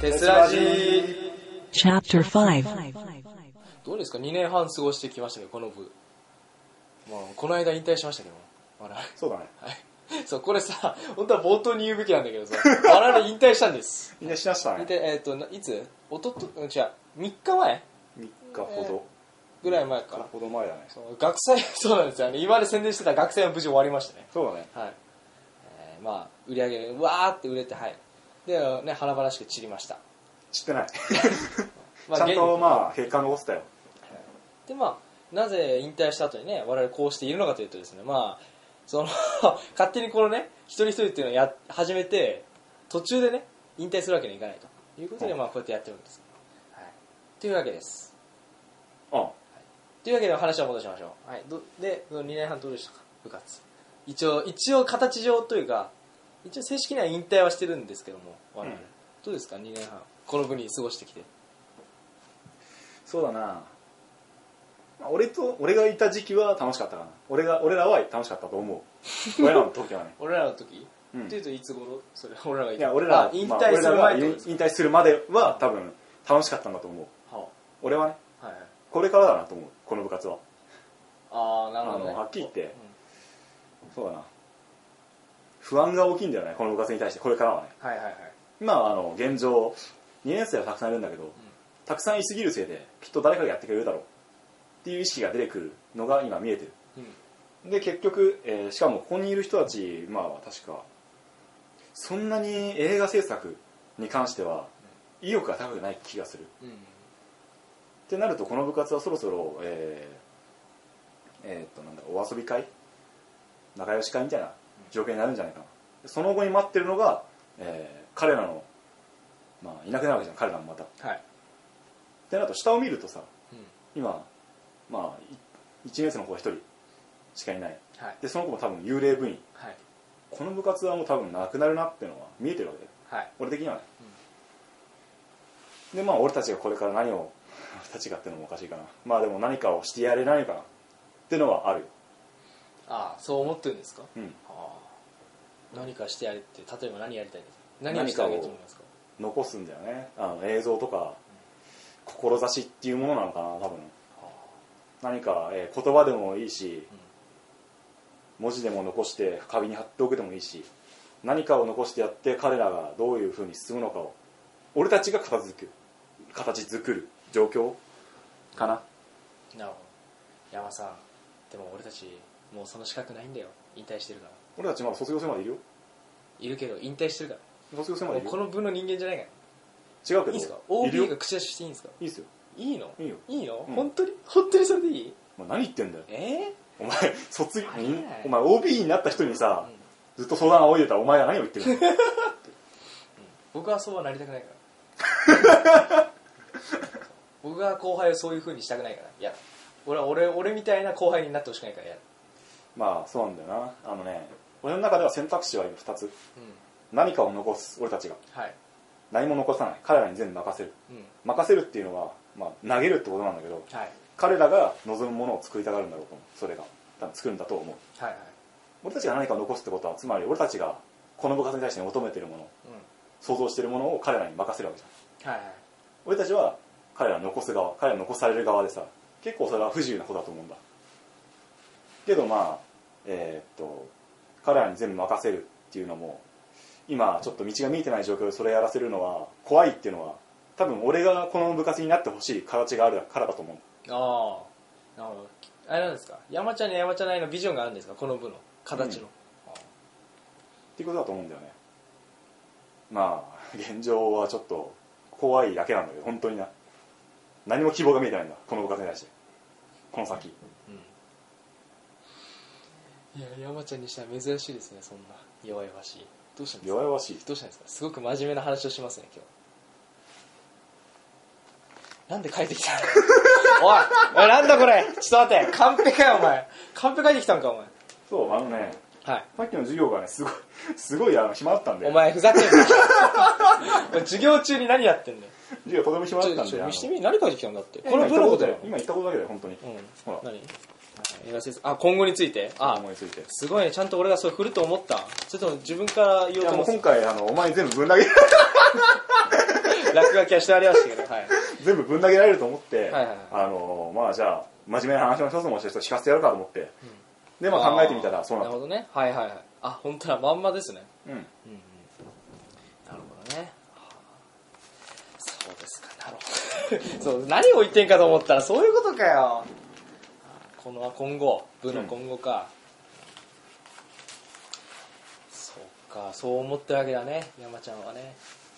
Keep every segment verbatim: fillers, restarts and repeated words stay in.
テスラジーチャプターファイブ。 どうですか、にねんはん過ごしてきましたけど、この部、まあ、この間引退しましたけど、我々 そうだね、 はい、そうこれさ、本当は冒頭に言うべきなんだけどさ、我々引退したんです。 引退しましたね。 引退、えっ、ー、といつおとと違うみっかまえみっかほど、 ぐらい前かな、 ほど前だね。 そう学祭そうなんですよね、今まで宣伝してた学祭は無事終わりましたね。 そうだね。 はい、えー、まあ売り上げわーって売れて、はいでね、華々しく散りました。 知ってないまあ、 ちゃんとまあ閉館残したよ。 でまあなぜ引退した後にね我々こうしているのかというとですね、まあその勝手にこのね一人一人っていうのをや始めて途中でね引退するわけにはいかないということで、まあこうやってやってるんです、はい、というわけです。 ああ、 はい、というわけで話を戻しましょう。はい、どでにねんはんどうでしたか、部活。一応一応形上というか一応正式には引退はしてるんですけども、我々、うん、どうですかにねんはんこの部に過ごしてきて。 そうだな、俺と俺がいた時期は楽しかったかな。俺が俺らは楽しかったと思う俺らの時はね俺らの時、 うん、 っていうといつ頃それ俺らがいた。 いや俺ら引退する前と、 まあ、引退するまでは多分楽しかったんだと思う、はあ、俺はね、はいはい、これからだなと思うこの部活は。 ああなるほど、ね、 あのはっきり言って、うん、そうだな、不安が大きいんだよねこの部活に対して。これからはね、はいはいはい、今はあの現状にねん生はたくさんいるんだけど、うん、たくさんいすぎるせいできっと誰かがやってくれるだろうっていう意識が出てくるのが今見えてる、うん、で結局、えー、しかもここにいる人たち、まあ確かそんなに映画制作に関しては意欲が高くない気がする、うん、ってなるとこの部活はそろそろ、えーえー、っとなんだお遊び会仲良し会みたいな状況になるんじゃないかな。その後に待ってるのが、えー、彼らの、まあ、いなくなるわけじゃん彼らもまた、はい、ってなると下を見るとさ、うん、今まあいちねん生の子がひとりしかいない、はい、でその子も多分幽霊部員、はい、この部活はもう多分なくなるなっていうのは見えてるわけだよ、はい、俺的にはね、うん、でまあ俺たちがこれから何を俺たちがっていうのもおかしいかな、まあでも何かをしてやれないかなっていうのはあるよ。 ああそう思ってるんですか、うん、あ何かしてやれって例えば何やりたいんですか。何をしてあげると思いますか。 残すんだよね、あの映像とか、うん、志っていうものなのかな多分。何か、えー、言葉でもいいし、うん、文字でも残して壁に貼っておくでもいいし、何かを残してやって彼らがどういう風に進むのかを俺たちが片付く形作る状況かな。 なるほど。山さんでも俺たちもうその資格ないんだよ、引退してるから。 俺たちまだ卒業生までいるよ。 いるけど引退してるから。 卒業生までいるよ。 この部の人間じゃないから。 違うけどいいですか。 オービー が口出ししていいんですか。 いいですよ。 いいのいいよ。 いいの、 うん、 本当に本当にそれでいい。 まあ、何言ってんだよ。 えー、 お前卒業お前 オービー になった人にさ、うん、ずっと相談を仰いでたらお前は何を言ってるの、うん、 僕はそうはなりたくないから僕が後輩をそういう風にしたくないからやだ。俺は 俺, 俺みたいな後輩になってほしくないからやだ。 まあそうなんだよな。あのね、俺の中では選択肢は今ふたつ、うん、何かを残す俺たちが、はい、何も残さない、彼らに全部任せる、うん、任せるっていうのは、まあ、投げるってことなんだけど、はい、彼らが望むものを作りたがるんだろうと思う。それが多分作るんだと思う、はいはい、俺たちが何かを残すってことはつまり俺たちがこの部活に対して求めているもの、うん、想像しているものを彼らに任せるわけじゃん、はいはい、俺たちは彼ら残す側、彼ら残される側でさ、結構それは不自由なことだと思うんだけど、まあえー、っと彼らに全部任せるっていうのも今ちょっと道が見えてない状況でそれやらせるのは怖いっていうのは多分俺がこの部活になってほしい形があるからだと思う。 ああ、なるほど。あれなんですか、山ちゃんに山ちゃんなりのビジョンがあるんですか、この部の形の、うん、 っていうことだと思うんだよね。まあ現状はちょっと怖いだけなんだけど、本当にな何も希望が見えてないんだこの部活に対してこの先、 うん、いや山ちゃんにしては珍しいですね、そんな弱々しい。どうしたんですか。 弱々しい。 どうしたんですか。すごく真面目な話をしますね今日。なんで帰ってきたのおいおい、なんだこれ、ちょっと待って、カンペかよお前。カンペ書いてきたんかお前。 そう、あのね、 はい、 さっきの授業がねすごいすごいあの暇だったんで。 お前ふざけんな授業中に何やってんだよ。 授業とても暇だったんで。 ちょ見してみ、何書いてきたんだって。この部のことだよ。 今言ったことだけだよ本当に、うん、 ほら何。あ、今後について。あ、 今後についてすごいね、ちゃんと俺がそれ振ると思った。それとも自分から言おうと思った。 いやもう今回あのお前全部ぶん投げ落書きはしてありましたけど、はい、 全部ぶん投げられると思って、 はいはいはい、 あのまあじゃあ真面目な話の一つもちょっと聞かせてやるかと思って、うん、でまあ考えてみたらそうなった。 なるほどね、はいはいはい、あ本当だ、まんまですね。うん、うんうん、なるほどね。そうですか、なるほどそう何を言ってんかと思ったらそういうことかよ。この今後部の今後か、うん、そうか、そう思ってるわけだね、山ちゃんはね。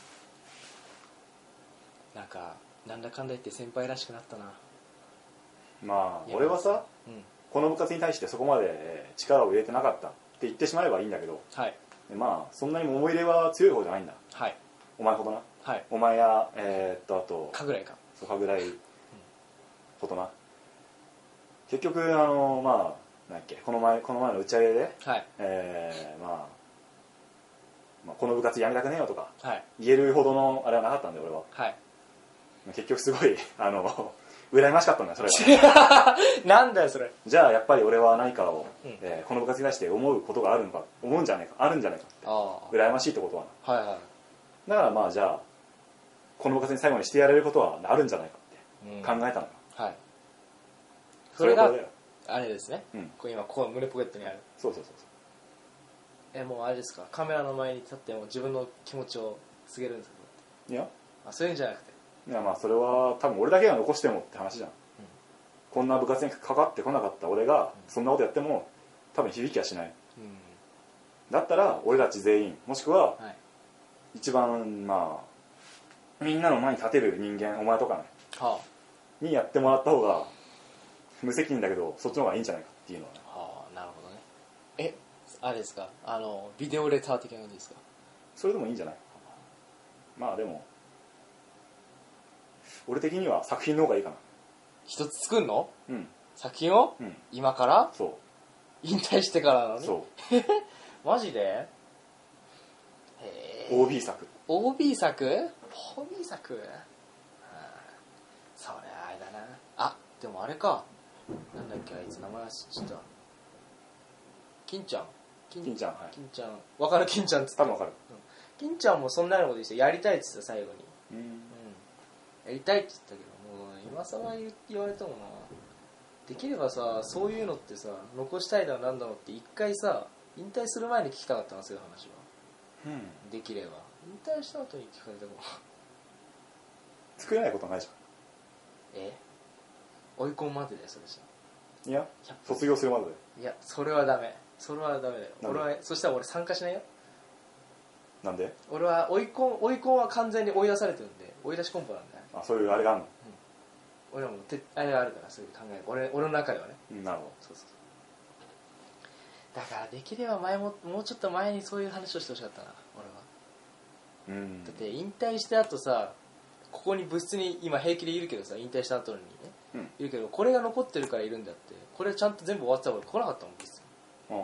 なんかなんだかんだ言って先輩らしくなったな。 まあ俺はさ、うん、この部活に対してそこまで力を入れてなかったって言ってしまえばいいんだけど、はい、まあそんなに思い入れは強い方じゃないんだ、はい、お前ほどな、はい、お前やえー、っとあとかぐらいか、 そうかぐらいほどな、うん、結局あのまあなんだっけこの前この前の打ち上げで、はい、えー、まあ、まあこの部活やめたくねえよとか、はい、言えるほどのあれはなかったんで俺は、はい、結局すごいあの羨ましかったんだよそれはなんだよそれ。 じゃあやっぱり俺は何かを、うん、えー、この部活に対して思うことがあるのか、思うんじゃないか、あるんじゃないかって、羨ましいってことはな、はいはい、だからまあじゃあこの部活に最後にしてやれることはあるんじゃないかって考えたのよ、うん、はい、 それがあれですね、うん、これ今こう胸ポケットにある。 そうそうそうそう。 えもうあれですか、カメラの前に立っても自分の気持ちを告げるんですか。 いや、 あ、そういうんじゃなくて、 いやまあそれは多分俺だけが残してもって話じゃん、うん、こんな部活に関わってこなかった俺がそんなことやっても多分響きはしない、うん、だったら俺たち全員もしくは一番まあみんなの前に立てる人間、お前とかね、はあ、にやってもらった方が無責任だけどそっちの方がいいんじゃないかっていうのはね、 はあ、なるほどね。えあれですか、あのビデオレター的な感じですか。 それでもいいんじゃない。まあでも俺的には作品の方がいいかな。 一つ作るの？ うん。 作品を？うん。今から？ そう。 引退してからなのに？ そう。 マジで？へえ。オービー 作。 オービー 作？ オービー 作？はあ、それあれだな。あ、でもあれか。なんだっけあいつ名前知った。金ちゃん。 金ちゃん、はい。 金ちゃん。わかる金ちゃんっつって。 多分わかる。 金ちゃんもそんなのこと言ってやりたいっつって最後に。うん。うん。やりたいって言ったけどもう今更言われてもな。できればさそういうのってさ残したいだなんだろうって一回さ引退する前に聞きたかったな、そういう話は。うん。できれば引退した後に聞かれても作れないことはないじゃん。え追い込むまででそれじゃ。いや卒業するまでで。 いやそれはダメ。それはダメだよ。俺はそしたら俺参加しないよ。 なんで？ 俺は追い込ん追い込んは完全に追い出されてるんで追い出しコンポなんだよ。 あ、そういうあれがあるの、 うん、俺はもうてあれがあるからそういう考え 俺, 俺の中ではね、 うん、なるほど。 そうそうそう。だからできれば前ももうちょっと前にそういう話をしてほしかったな俺は、うん、だって引退してあとさここに部室に今平気でいるけどさ引退した後にね、うん、いるけどこれが残ってるからいるんだって。これちゃんと全部終わってたら俺来なかったもんですよ、うん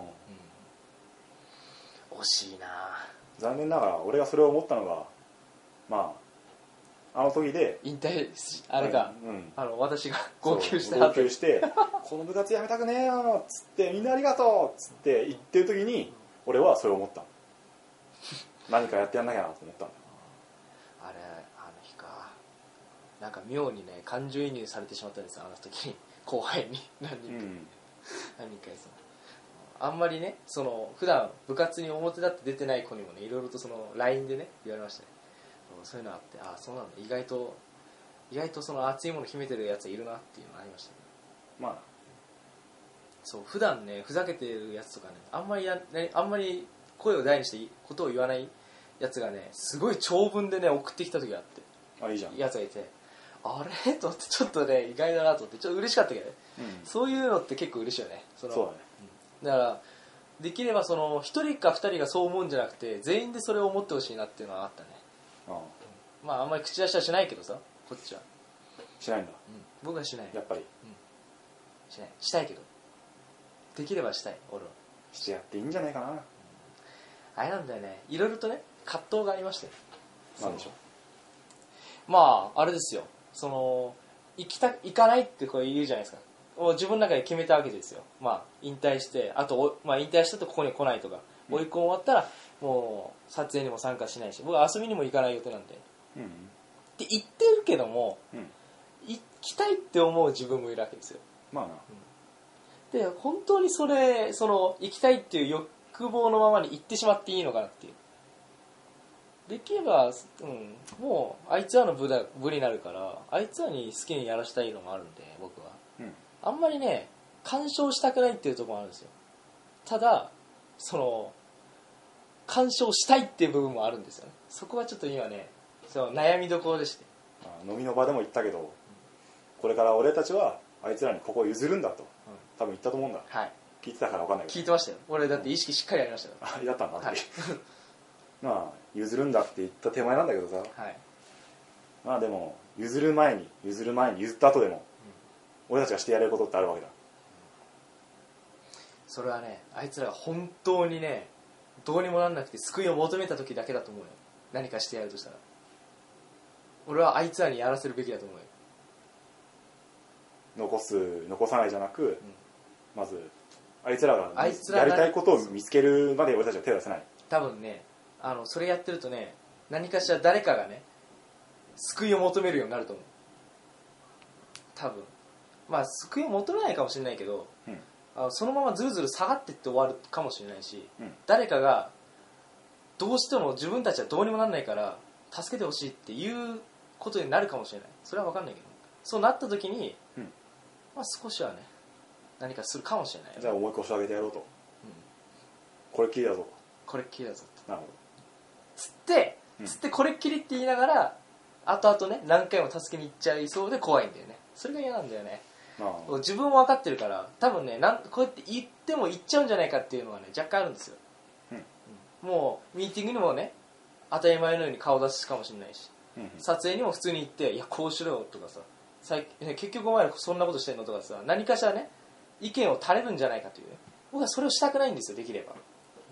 うん、惜しいな。 残念ながら俺がそれを思ったのがまああの時で引退あれか、うん、あの私が号泣して号泣してこの部活やめたくねえよっつってみんなありがとうっつって言ってる時に俺はそれを思った何かやってやんなきゃなと思ったんだ。 あれあの日かなんか妙にね感情移入されてしまったんですよあの時に後輩に何人か、うん、何人かですね。あんまりねその普段部活に表立って出てない子にもねいろいろとその ライン でね言われましたね。そういうのあってあそうなんだ意外と意外とその熱いもの秘めてるやついるなっていうのがありましたね。まあそう普段ねふざけてるやつとかねあんまりや、ね、あんまり声を大にしてことを言わないやつがねすごい長文でね送ってきた時があってあいいじゃんやつがいてあれと思ってちょっとね意外だなと思ってちょっと嬉しかったけどね、うん、そういうのって結構嬉しいよね。そのそうだね、 うん、だからできればそのひとりかふたりがそう思うんじゃなくて全員でそれを思ってほしいなっていうのはあったね。ああ、うん、まああんまり口出しはしないけどさこっちはしないんだ、 うん、僕はしないやっぱり、うん、 しないしたいけどできればしたい俺はしてやっていいんじゃないかな、うん、 あれなんだよねいろいろとね葛藤がありましてなんでしょう。まああれですよその行きた行かないってこう言うじゃないですか。自分の中で決めたわけですよ。まあ引退してあと、まあ、引退したとここに来ないとか、うん、追い込み終わったらもう撮影にも参加しないし僕は遊びにも行かない予定なんで、うん、 って言ってるけども、 うん、 行きたいって思う自分もいるわけですよ。 まあな、 うん、で本当にそれその行きたいっていう欲望のままに行ってしまっていいのかなっていう。できれば、うん、もうあいつらの部だ部になるからあいつらに好きにやらしたいのもあるんで僕は、うん、あんまりね干渉したくないっていうところもあるんですよ。ただその干渉したいっていう部分もあるんですよね。そこはちょっと今ねその悩みどころでして、 まあ、飲みの場でも言ったけど、うん、これから俺たちはあいつらにここを譲るんだと、うん、多分言ったと思うんだ、 はい、 聞いてたから分かんないけど聞いてましたよ。俺だって意識しっかりありましたよ、 うん、あやったんだ、はい、まあ譲るんだって言った手前なんだけどさ、はい、まあでも譲る前に譲る前に譲った後でも、うん、俺たちがしてやれることってあるわけだ、うん、 それはねあいつらが本当にねどうにもなんなくて救いを求めた時だけだと思うよ。何かしてやるとしたら俺はあいつらにやらせるべきだと思うよ。 残す残さないじゃなく、うん、まずあいつらがやりたいことを見つけるまで俺たちは手を出せない。 多分ねあのそれやってるとね何かしら誰かがね救いを求めるようになると思う。多分まあ救いを求めないかもしれないけど、うん、あのそのままずるずる下がっていって終わるかもしれないし、うん、誰かがどうしても自分たちはどうにもならないから助けてほしいっていうことになるかもしれない。それは分かんないけどそうなった時に、うんまあ、少しはね何かするかもしれない。 じゃあ思い越し上げてやろうと、うん、これっきりだぞこれっきりだぞとなるほどつって、うん、つってこれっきりって言いながら後々ね何回も助けに行っちゃいそうで怖いんだよね。それが嫌なんだよね。自分も分かってるから多分ねなんこうやって言っても言っちゃうんじゃないかっていうのがね若干あるんですよ、うんうん、もうミーティングにもね当たり前のように顔出すかもしれないし、うんうん、撮影にも普通に行っていやこうしろよとかさ最近結局お前らそんなことしてんのとかさ何かしらね意見を垂れるんじゃないかという、ね、僕はそれをしたくないんですよ。できれば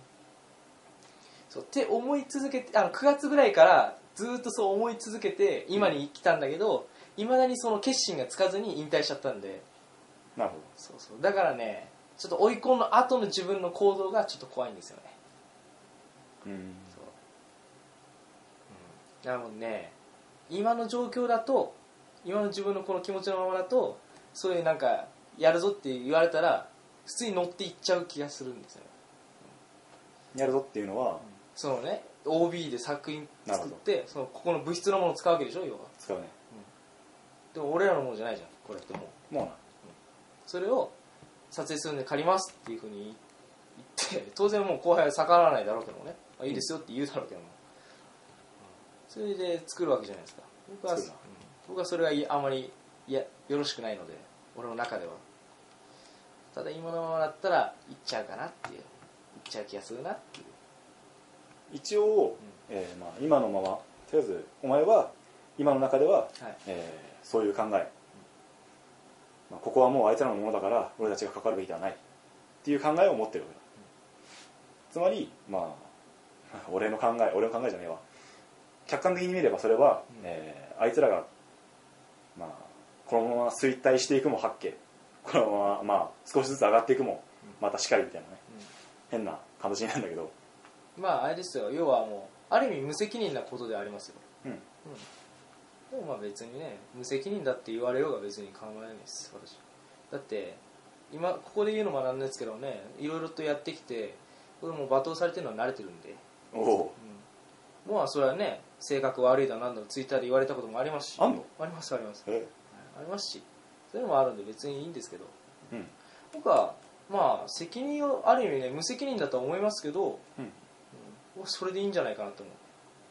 そうって思い続けてあのくがつぐらいからずっとそう思い続けて今に来たんだけどいまだにその決心がつかずに引退しちゃったんで。 なるほど。 そうそうだからねちょっと追い込んだ後の自分の行動がちょっと怖いんですよね。うんそう、うん、なのでね今の状況だと今の自分のこの気持ちのままだとそういうなんかやるぞって言われたら普通に乗っていっちゃう気がするんですよね、 うん、やるぞっていうのは、うん、 そのね オービー で作品作ってそのここの物質のものを使うわけでしょ要は使うね、 うん、でも俺らのものじゃないじゃんこれってもうもうな、うん、それを撮影するんで借りますっていうふうに言って当然もう後輩は逆らわないだろうけどもね、まあ、いいですよって言うだろうけども、うん、それで作るわけじゃないですか。僕は、うん、僕はそれがあまりいやよろしくないので俺の中ではただ今のままだったらいっちゃうかなっていういっちゃう気がするなっていう一応、うんえーまあ、今のままとりあえずお前は今の中では、はいえー、そういう考え、うんまあ、ここはもうあいつらのものだから俺たちが関わるべきではないっていう考えを持ってるわけだ、うん、つまりまあ俺の考え俺の考えじゃねえわ客観的に見ればそれは、うんえー、あいつらが、まあ、このまま衰退していくも八景このまま、まあ、少しずつ上がっていくもまたしかりみたいなね、うん、変な形になるんだけどまああれですよ要はもうある意味無責任なことでありますよ、うんうん、でもまあ別にね無責任だって言われようが別に考えないです私だって今ここで言うのもなんですけどねいろいろとやってきてこれもう罵倒されてるのは慣れてるんでおお、うん、もうそれはね性格悪いだなんだろツイッターで言われたこともありますしあんのありますあります、えありますしそういうのもあるんで別にいいんですけど、うん、僕はまあ責任をある意味ね無責任だとは思いますけど、うんうん、それでいいんじゃないかなと思う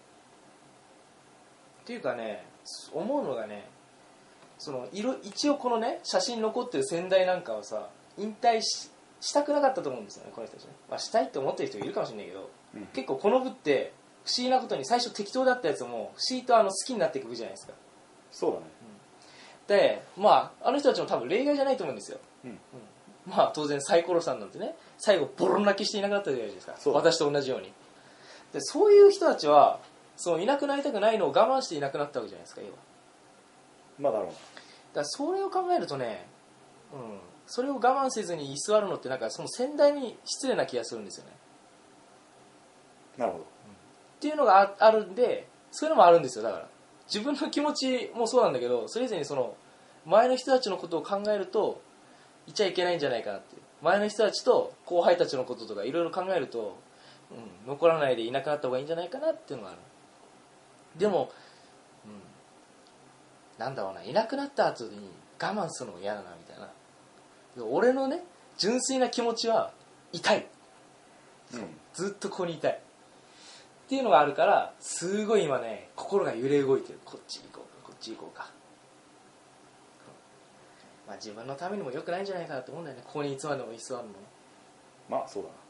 っていうかね思うのがねその一応このね写真残ってる先代なんかはさ引退 し, したくなかったと思うんですよねこの人たちね、まあ、したいって思ってる人いるかもしれないけど、うん、結構この部って不思議なことに最初適当だったやつも不思議とあの好きになっていく部じゃないですか。 そうだね、 うん、でまああの人たちも多分例外じゃないと思うんですよ、うんうん、まあ当然サイコロさんなんてね最後ボロ泣きしていなくなったじゃないですか私と同じようにでそういう人たちはそういなくなりたくないのを我慢していなくなったわけじゃないですか要はまあだろうなだからそれを考えるとね、うん、それを我慢せずに居座るのってなんかその先代に失礼な気がするんですよね。 なるほど、うん、 っていうのが あ, あるんでそういうのもあるんですよ。だから自分の気持ちもそうなんだけど、それ以前にその前の人たちのことを考えるといちゃいけないんじゃないかなっていう、前の人たちと後輩たちのこととかいろいろ考えると、うん、残らないでいなくなった方がいいんじゃないかなっていうのがある。でも、うん、なんだろうな、いなくなった後に我慢するのも嫌だなみたいな。俺のね純粋な気持ちは痛い、うん、ずっとここにいたいっていうのがあるから、すごい今ね心が揺れ動いてる。こっち行こうかこっち行こうか、まあ自分のためにも良くないんじゃないかなと思うんだよね、ここにいつまでも居座るの。 まあそうだな。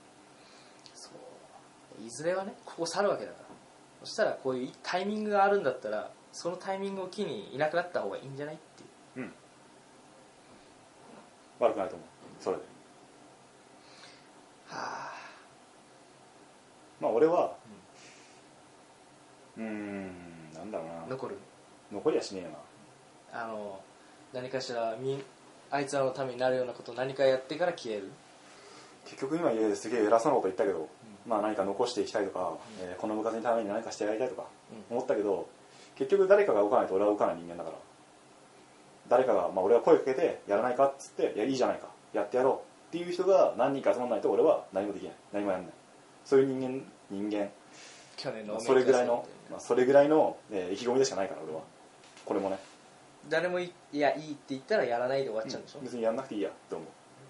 そういずれはねここ去るわけだから、そしたらこういうタイミングがあるんだったらそのタイミングを機にいなくなった方がいいんじゃないっていう。うん、 悪くないと思うそれで。 はあ、 まあ俺はうーんなんだろうな、 残る残りはしねえな。あの何かしらみあいつらのためになるようなことを何かやってから消える。 結局今家ですげえ偉そうなこと言ったけど、うん、まあ何か残していきたいとか、うん、えー、この部活のために何かしてやりたいとか思ったけど、うん、結局誰かが動かないと俺は動かない人間だから、誰かが、まあ、俺は声かけてやらないかっつって、いやいいじゃないかやってやろうっていう人が何人か集まらないと俺は何もできない、何もやらない。そういう人間人間去年の、 まあ、それぐらいの、まあ、それぐらいの、えー、意気込みでしかないから俺は。これもね、 誰もいやいいって言ったらやらないで終わっちゃうんでしょ、うん、 別にやんなくていいやって思う。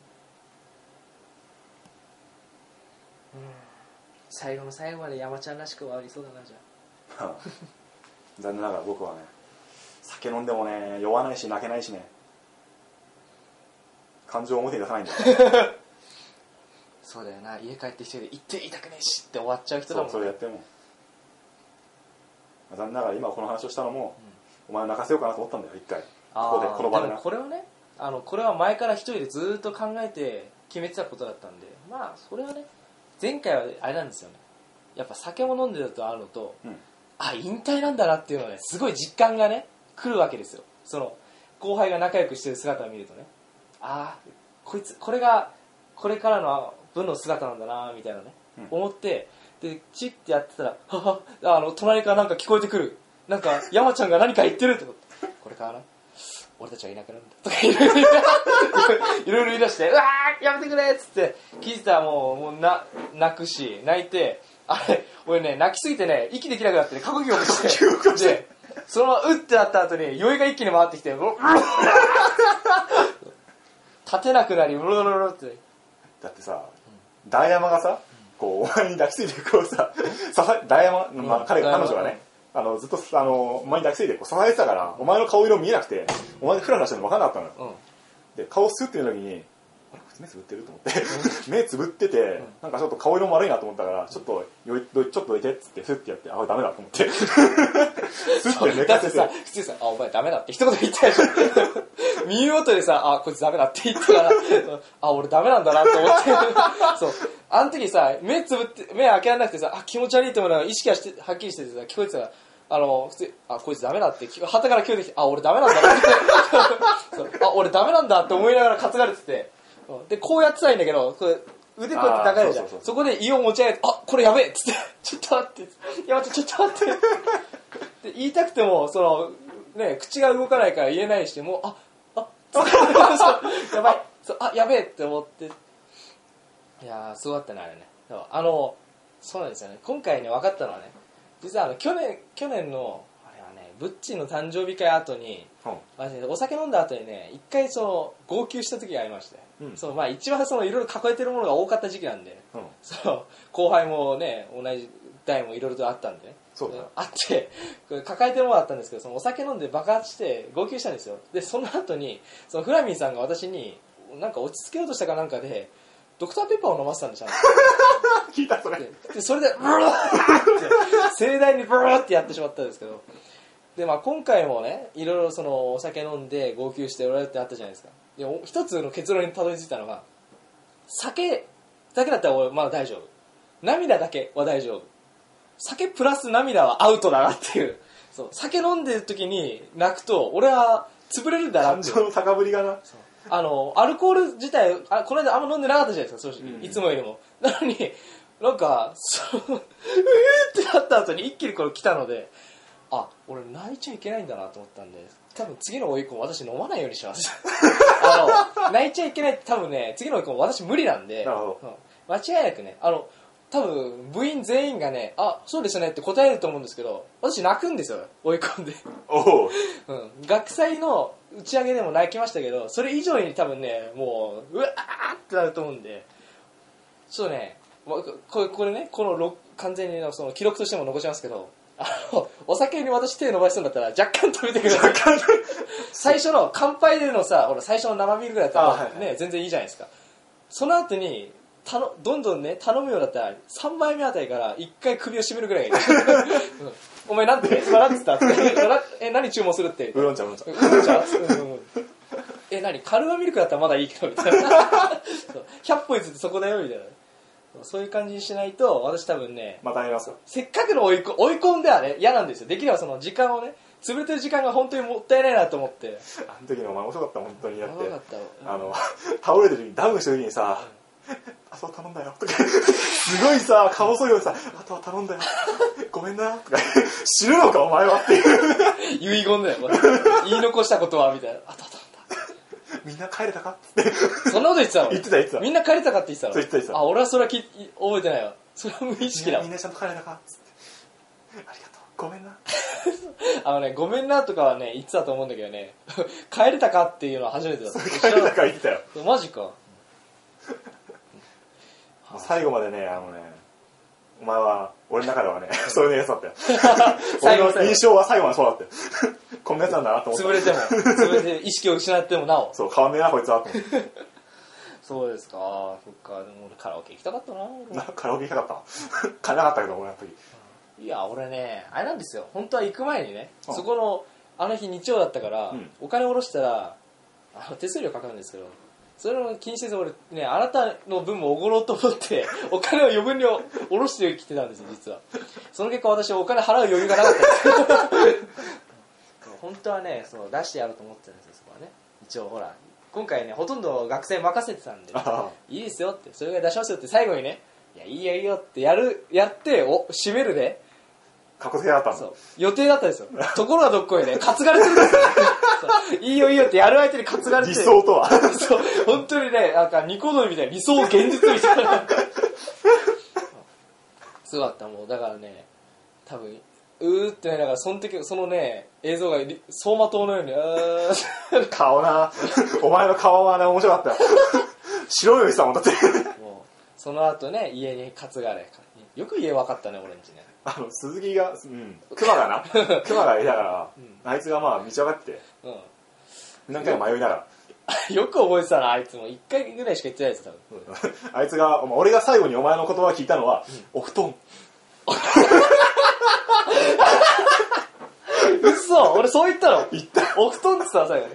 うん、最後の最後まで山ちゃんらしく終わりそうだな。じゃあ残念ながら僕はね酒飲んでもね酔わないし泣けないしね、感情を表に出さないんだよそうだよな、家帰って一人で言って言いたくねえしって終わっちゃう人だもんね。 そう、それやっても残念ながら今この話をしたのも、うん、お前を泣かせようかなと思ったんだよ一回。ここでこの場でな。 でもこれはね、あのこれは前から一人でずっと考えて決めてたことだったんで、まあそれはね前回はあれなんですよね、やっぱ酒も飲んでるとあるのと、うん、あ引退なんだなっていうのはねすごい実感がね来るわけですよ。その後輩が仲良くしてる姿を見るとね、ああこいつこれがこれからの部の姿なんだなみたいなね、うん、思って、でチッてやってたらははあの隣からなんか聞こえてくる、なんか山ちゃんが何か言ってるって思ってこれからな俺たちはいなくなるんだとかいろいろいろいろ言い出して、うわーやめてくれっつって聞いてたらもう、もうな泣くし泣いて、あれ俺ね泣きすぎてね息できなくなってね過呼吸をしてでそのままうってなった後に酔いが一気に回ってきて立てなくなりブロブロブロってだってさ、うん、ダイヤマがさこうお前に抱きついてこうさダイヤマ、まあ、彼が彼女がねあのずっとあのお前に抱きついてこう支えてたから、うん、お前の顔色見えなくてお前でフラフラしてるの分かんなかったのよ、うん、で顔スッていう時にあれこいつ目つぶってると思って目つぶってて、うん、なんかちょっと顔色も悪いなと思ったからちょっとよいちょっとどいてっつってスッてやってあダメだと思ってスッて寝かせて、だってさ普通さあお前ダメだって一言言ったでしょ見事でさあこいつダメだって言ったからあ俺ダメなんだなと思ってそうあの時さ目つぶって目開けられなくてさあ気持ち悪いと思うのが意識はしてはっきりしててさ聞こえてたらあの普通あこいつダメだって旗から聞こえてきてあ俺ダメなんだなってそうあ俺ダメなんだって思いながら担がれててでこうやってたらいいんだけどこれ腕こうやって高いじゃん、そこで胃を持ち上げてあこれやべえっつってちょっと待ってや待ってちょっと待ってで言いたくてもそのね口が動かないから言えないしもうああやばいそうあやべえって思っていやーすごかったねあれね。あのそうなんですよね。今回ね分かったのはね実はあの去年去年のあれはねブッチーの誕生日会後に、うんまあね、お酒飲んだ後にね一回その号泣した時がありまして、うん、そのまあ一番そのいろいろ抱えてるものが多かった時期なんで、うん、その後輩もね同じ代もいろいろとあったんでねそうだあって抱えてるものがあったんですけどそのお酒飲んで爆発して号泣したんですよ。でその後にそのフラミンさんが私になんか落ち着けようとしたかなんかでドクターペッパーを飲ませたんでしょ聞いたそれでそれでブルーって盛大にブルーってやってしまったんですけどで、まあ、今回もねいろいろそのお酒飲んで号泣しておられるってあったじゃないですか。で一つの結論にたどり着いたのが酒だけだったら俺まだ大丈夫、涙だけは大丈夫、酒プラス涙はアウトだなっていうそう酒飲んでる時に泣くと俺は潰れるんだなっていう感情の高ぶりがなあのアルコール自体あこの間あんま飲んでなかったじゃないですか正直、うん、いつもよりもなのになんかそううーってなった後に一気にこれ来たのであ、俺泣いちゃいけないんだなと思ったんで、多分次の追い込み私飲まないようにしますあの泣いちゃいけないって多分ね、次の追い込み私無理なんで、 なるほど、 うん、間違いなくね、あの多分部員全員がね、あ、そうですねって答えると思うんですけど、私泣くんですよ、追い込んでおう、 うん、学祭の打ち上げでも泣きましたけど、それ以上に多分ね、もううわーってなると思うんで、ちょっとね、これこれね、この完全にのその記録としても残しますけど、あのお酒に私手伸ばしそうになったら若干止めてください。最初の乾杯でのさ、ほら最初の生ビールぐらいだったら、ね、はいはい、全然いいじゃないですか。その後にたのどんどんね頼むようだったらさんばいめあたりからいっかい首を絞めるぐらいがいい、うん、お前なんて今なんつったえ何注文するってウーロン茶ウーロン茶ウーロン茶、うんうん、え何カルーアミルクだったらまだいいけどみたいなひゃっぽ譲ってそこだよみたいな、そういう感じにしないと私多分ね、 またやりますよ。 せっかくの追いこ追い込んではね嫌なんですよ。できればその時間をね、潰れてる時間が本当にもったいないなと思って。 あの時のお前面白かった本当に。だって面白かった、 あの倒れてる時にダウンした時にさ、うん、あとは頼んだよとかすごいさ顔そようさ、あとは頼んだよごめんなとか知るのかお前はっていう遺言だよ言い残したことはみたいな、あとは頼んだみんな帰れたかってそんなこと言ってたの。 言ってた言ってた。みんな帰れたかって言ってたの。 そう言ってた言ってた。 あ、俺はそれはき覚えてないわ。それは無意識だわ。 みんなちゃんと帰れたかっつってありがとうごめんなあのね、ごめんなとかはね言ってたと思うんだけどね帰れたかっていうのは初めてだった。 帰れたか言ってたよマジか最後までね、あのね、お前は俺の中ではねそういうやつだったよ最後俺の印象は最後までそうだったよこんなやつなんだなと思って、 潰れても潰れて意識を失ってもなおそう変わんねえなこいつはと思ってそうですか、そっか。でも俺カラオケ行きたかったな。 なカラオケ行きたかった金なかったけど俺やっぱり。 いや俺ねあれなんですよ、本当は行く前にね、うん、そこのあの日日曜だったから、うん、お金下ろしたらあの手数料かかるんですけど、それを気にせず俺ね、あなたの分もおごろうと思ってお金を余分に下ろしてきてたんですよ実は。その結果私はお金払う余裕がなかったんです本当はね、そう出してやろうと思ってたんですよ、そこはね。一応ほら今回ねほとんど学生任せてたんで、ね、いいですよってそれぐらい出しますよって最後にね、いやいいよいいよってやるやってお締めるでかっこつけだったの。 そう予定だったんですよところがどっこいね担がれてるんですよいいよいいよってやる相手に担がれて理想とはそう本当にね、なんかニコ動みたいな理想現実みたいなそうだった。もうだからね多分うーってね、だからその時そのね映像が走馬灯のようにあ顔なお前の顔はね面白かったよ白いよりさもんだってもうその後ね家に担がれ、よく家分かったね俺んちね。 あの鈴木が、うん、熊がな熊がいたから、うん、あいつがまあ道分かって、うん、何回も迷いながらよく覚えてたな、あいつもいっかいぐらいしか言ってないです多分あいつが俺が最後にお前の言葉を聞いたのは、うん、お布団嘘、俺そう言ったの。 言ったお布団ってさ最後に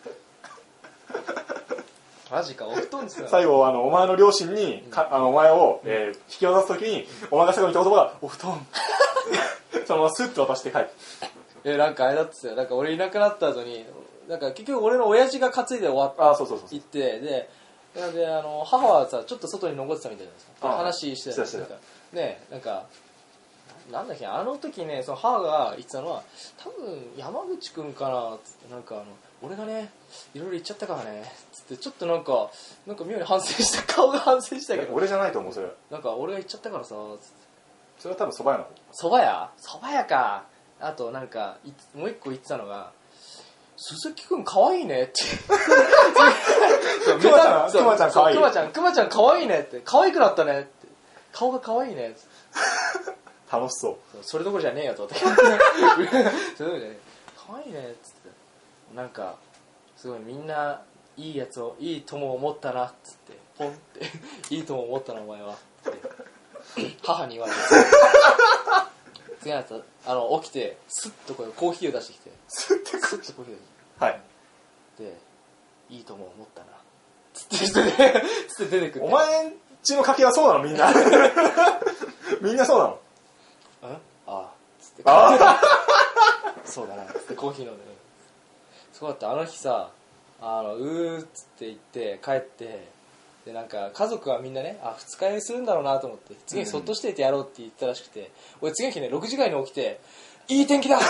マジか、お布団ってさ最後あのお前の両親に、うん、かあのお前を、えー、引き渡すときにお前が最後に言った言葉がお布団そのままスッと渡して帰ってえなんかあれだったよ、なんか俺いなくなった後になんか結局俺の親父が担いで終わってあそうそうそう行ってでであの母はさちょっと外に残ってたみたいなんですよ。話してたんですよね。なんかなんだっけあの時ね、その母が言ってたのは多分山口くんかなつって、なんかあの俺がねいろいろ言っちゃったからねつってちょっとなんかなんか妙に反省した顔が反省したけど、 俺じゃないと思うそれ。 なんか俺が言っちゃったからさつって、 それは多分蕎麦屋の方。 蕎麦屋蕎麦屋か。あとなんかもう一個言ってたのが鈴木くん可愛いねってくまちゃんくまちゃん可愛いくまちゃんくまちゃん可愛いねって可愛くなったねって顔が可愛いねって楽しそう。 それどころじゃねえよと思ってそれどころじゃねえ可愛いねっつってなんかすごいみんないいやつをいい友を持ったなっつってポンっていい友を持ったなお前はって母に言われて次のやつあの起きてスッとこうコーヒーを出してきてスッとコーヒーを出してきてはいでいい友を持ったなつってつって出てくる。 お前んちの家系はそうなのみんなみんなそうなのああつってあそうだなつってコーヒー飲んでそうだった。あの日さあのうーっつって言って帰ってでなんか家族はみんなねあ二日酔いするんだろうなと思って次の日そっとしていてやろうって言ったらしくて、うん、俺次の日ねろくじぐらいに起きていい天気だ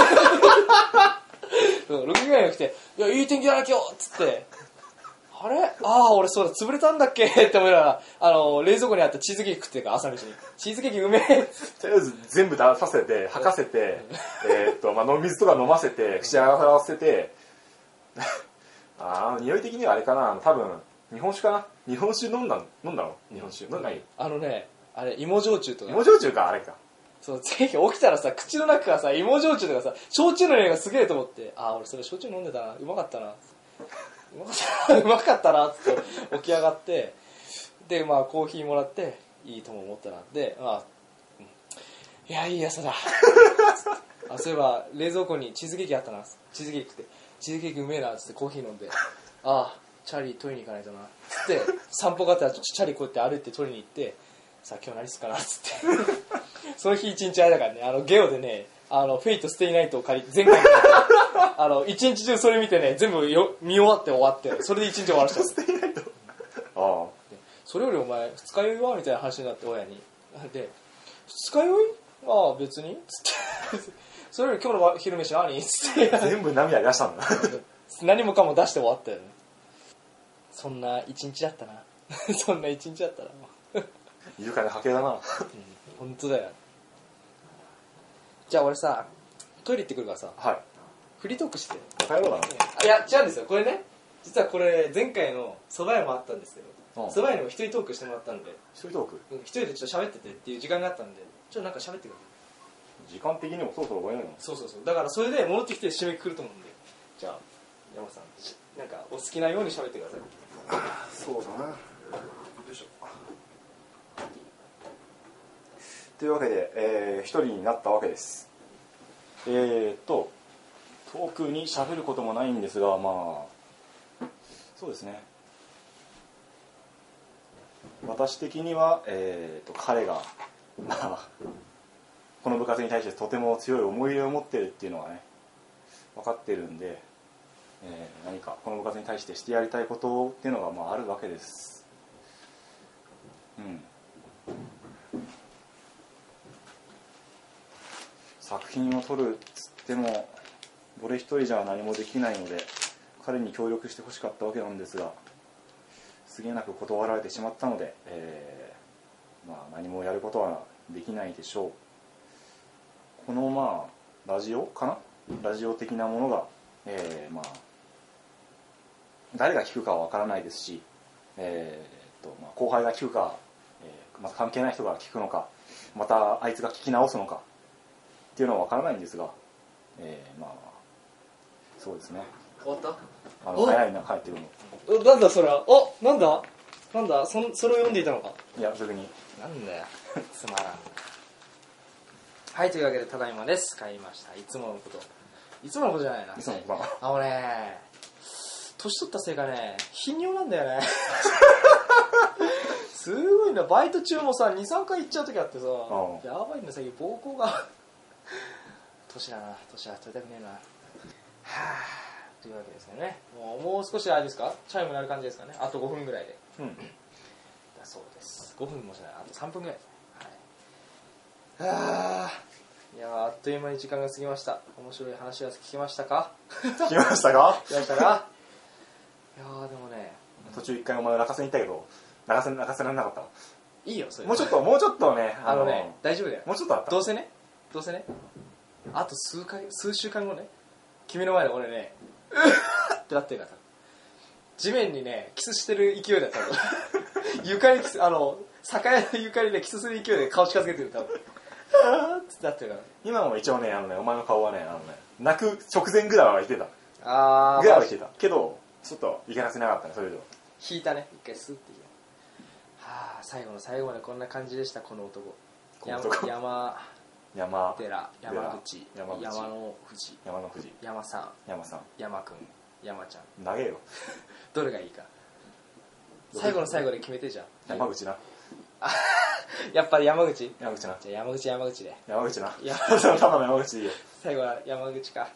ろくじぐらいに起きていやいい天気だな今日っつってあれああ俺そうだ潰れたんだっけって思いながらあの冷蔵庫にあったチーズケーキ食ってるから朝飯にチーズケーキうめえとりあえず全部出させて吐かせてえっと、まあ、飲み水とか飲ませて口洗わせてああ匂い的にはあれかな多分日本酒かな日本酒飲んだ飲んだの日本酒飲んだいあのねあれ芋焼酎とか芋焼酎かあれかそうぜひ起きたらさ口の中がさ芋焼酎とかさ焼酎の匂いがすげえと思ってああ俺それ焼酎飲んでたなうまかったなうまかったなうまかったなって起き上がってでまあコーヒーもらっていいとも思ったなでまあ、うん、いやいい朝だあそういえば冷蔵庫にチーズケーキあったなチーズケーキ食ってチーズケーキうめえなっつってコーヒー飲んでああチャリ取りに行かないとなっつって散歩がてらチャリこうやって歩いて取りに行ってさあ今日何すっかなっつってその日一日あれだからねあのゲオでねあのフェイトステイナイトを借り前回あの一日中それ見てね全部よ見終わって終わってそれで一日終わらせたステイナイトああそれよりお前二日酔いはみたいな話になって親にで二日酔いああ別につってそれより今日の昼飯何つって全部涙出したんだ何もかも出して終わったよねそんな一日だったなそんな一日だったな愉快な家系だな、うん、 本当だよじゃあ俺さトイレ行ってくるからさ、はい、フリートークして帰ろうだな、 いや違うんですよこれね実はこれ前回の蕎麦屋もあったんですけど蕎麦屋にも一人トークしてもらったんで一人トーク一人でちょっと喋っててっていう時間があったんでちょっとなんか喋ってくる時間的にもそろそろ終わりなのそうそうそうだからそれで戻ってきて締めくくると思うんでじゃあ山さんなんかお好きなように喋ってくださいそうだなよいしょというわけで、えー、一人になったわけです。えーっと特に喋ることもないんですが、まあそうですね。私的には、えー、と彼が、まあ、この部活に対してとても強い思い入れを持ってるっていうのがね分かってるんで、えー、何かこの部活に対してしてやりたいことっていうのが、まあ、あるわけです。うん。作品を撮るっつっても俺一人じゃ何もできないので彼に協力してほしかったわけなんですがすげなく断られてしまったので、えーまあ、何もやることはできないでしょう。このまあラジオかなラジオ的なものが、えー、まあ誰が聞くかは分からないですし、えーとまあ、後輩が聞くか、えーまあ、関係ない人が聞くのかまたあいつが聞き直すのかっていうのは分からないんですが、えー、まあそうですね。 終わった？ あの早いな帰ってくるの。なんだそれは？お、なんだ？なんだ？そそれを読んでいたのか？ いや別に。 なんだよ。つまらん。はいというわけでただいまです。帰りました。いつものこと。いつものことじゃないな。 いつものこと。 あのね、年取ったせいかね、頻尿なんだよね。すごいな。バイト中もさにさんかい行っちゃう時あってさ、やばいんだ最近膀胱が。年だな、年は取りたくねえな。はぁというわけですよね。もう、もう少しあれですか？チャイム鳴る感じですかね。あとごふんぐらいで。うん。だそうです。ごふんもしない。あとさんぷんぐらいですね。はい。はぁいやあっという間に時間が過ぎました。面白い話は聞きましたか？ 聞きましたか？ 聞きましたか？いやーでもね。 途中一回お前泣かせに行ったけど、泣かせ、泣かせられなかった。 いいよ、それ。 もうちょっと、もうちょっとね。 あのね、大丈夫だよ。 もうちょっとあった。 どうせね、どうせね。あと数回数週間後ね君の前で俺ねうーってなってるから地面にねキスしてる勢いだったの床にキスあの酒屋の床にねキスする勢いで顔近づけてる多分あーってなってるから今も一応ねあのねお前の顔はねあのね泣く直前ぐらいは言ってたあーぐらいは言ってたけどちょっといけなせなかったねそれ以上引いたね一回スッてはあ最後の最後までこんな感じでしたこの男この男山山寺山口山口山の富士山の富士山さん山さん山くん山ちゃん投げよどれがいいか最後の最後で決めてじゃん山口なやっぱり山口山口なじゃあ山口山口で山口な山そのただの山口でいいよ最後は山口か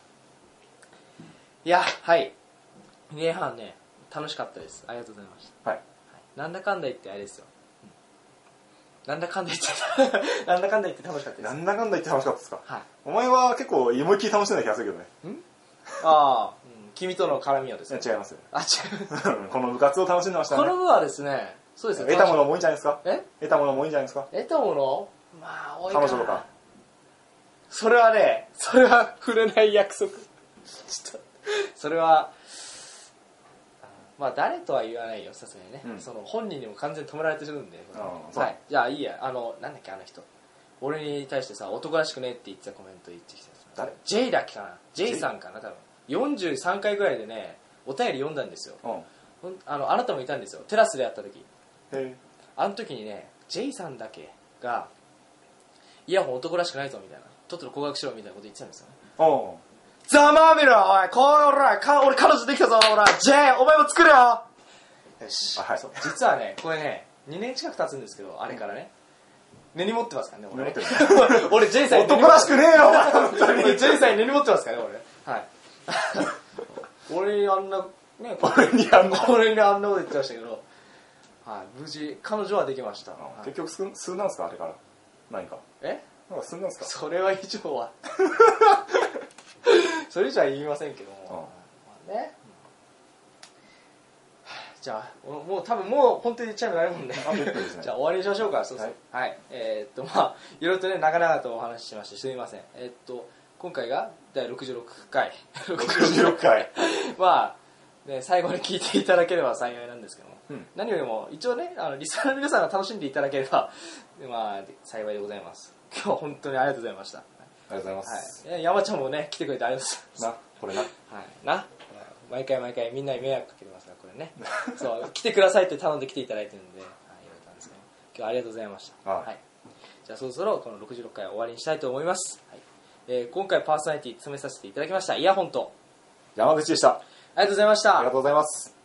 いやはいにねんはんね楽しかったですありがとうございました、 はい、 はい、 なんだかんだ言ってあれですよ、なんだかんだ言ってなんだかんだ言って楽しかったです。 なんだかんだ言って楽しかったですか。 はい。 お前は結構思いっきり楽しんだ気がするけどね。 んああ、うん、君との絡みはですね。 違いますよ。 あ、違う。 この部活を楽しんでましたね。 この部はですね、そうですね。 得たものも多いんじゃないですか。 え得たものも多いんじゃないですか。 得たものまあ、多いかな。 彼女とか。 それはね、それは触れない約束。ちょっと、それは、まあ誰とは言わないよ、さすがにね、うん、その本人にも完全に止められてるんで、はい、じゃあいいや、あのなんだっけあの人、俺に対してさ男らしくねって言ってたコメント言ってきた誰？ J だっけかな、 J さんかな、多分よんじゅうさんかいぐらいでねお便り読んだんですよ、うん、あのあなたもいたんですよ、テラスでやった時。 へあの時にね J さんだけがイヤホン男らしくないぞみたいな、とっとと告白しろみたいなこと言ってたんですよね。 おうざまあみろおい、こうおらか俺彼女できたぞおら J お前も作れよ。よし、はい、そう実はねこれねにねん近く経つんですけど、あれからね根に持ってますからね俺俺 J さんに男らしくねえよ俺 J さんに根に持ってますからね俺。はい俺にあんなね俺にあんな俺にあんなこと言ってましたけど、はい、無事彼女はできました、はい、 結局数数なんすかあれから。何かえなんか数なんすか。 それは以上はそれ以上は言いませんけども、うん、まあね、じゃあもう多分もう本当に言っちゃえばないもんねじゃあ終わりにしましょうか。そうそう、はい、はい、えー、っとまあいろいろとね長々とお話ししましてすみません。えー、っと今回がだいろくじゅうろっかいろくじゅうろっかいまあ、ね、最後に聞いていただければ幸いなんですけども、 うん、何よりも一応ねあのリスナーの皆さんが楽しんでいただければまあ幸いでございます。今日は本当にありがとうございました。 ありがとうございます、 はい、山ちゃんもね来てくれてありがとうございますなこれな、 はい、な毎回毎回みんなに迷惑かけてますからこれねそう来てくださいって頼んで来ていただいてるんで、はい、言われたんですけど今日はありがとうございました、はいはい、じゃあそろそろこのろくじゅうろっかいを終わりにしたいと思います、はい、えー、今回パーソナリティ務めさせていただきましたイヤホンと山口でした。 ありがとうございました。 ありがとうございます。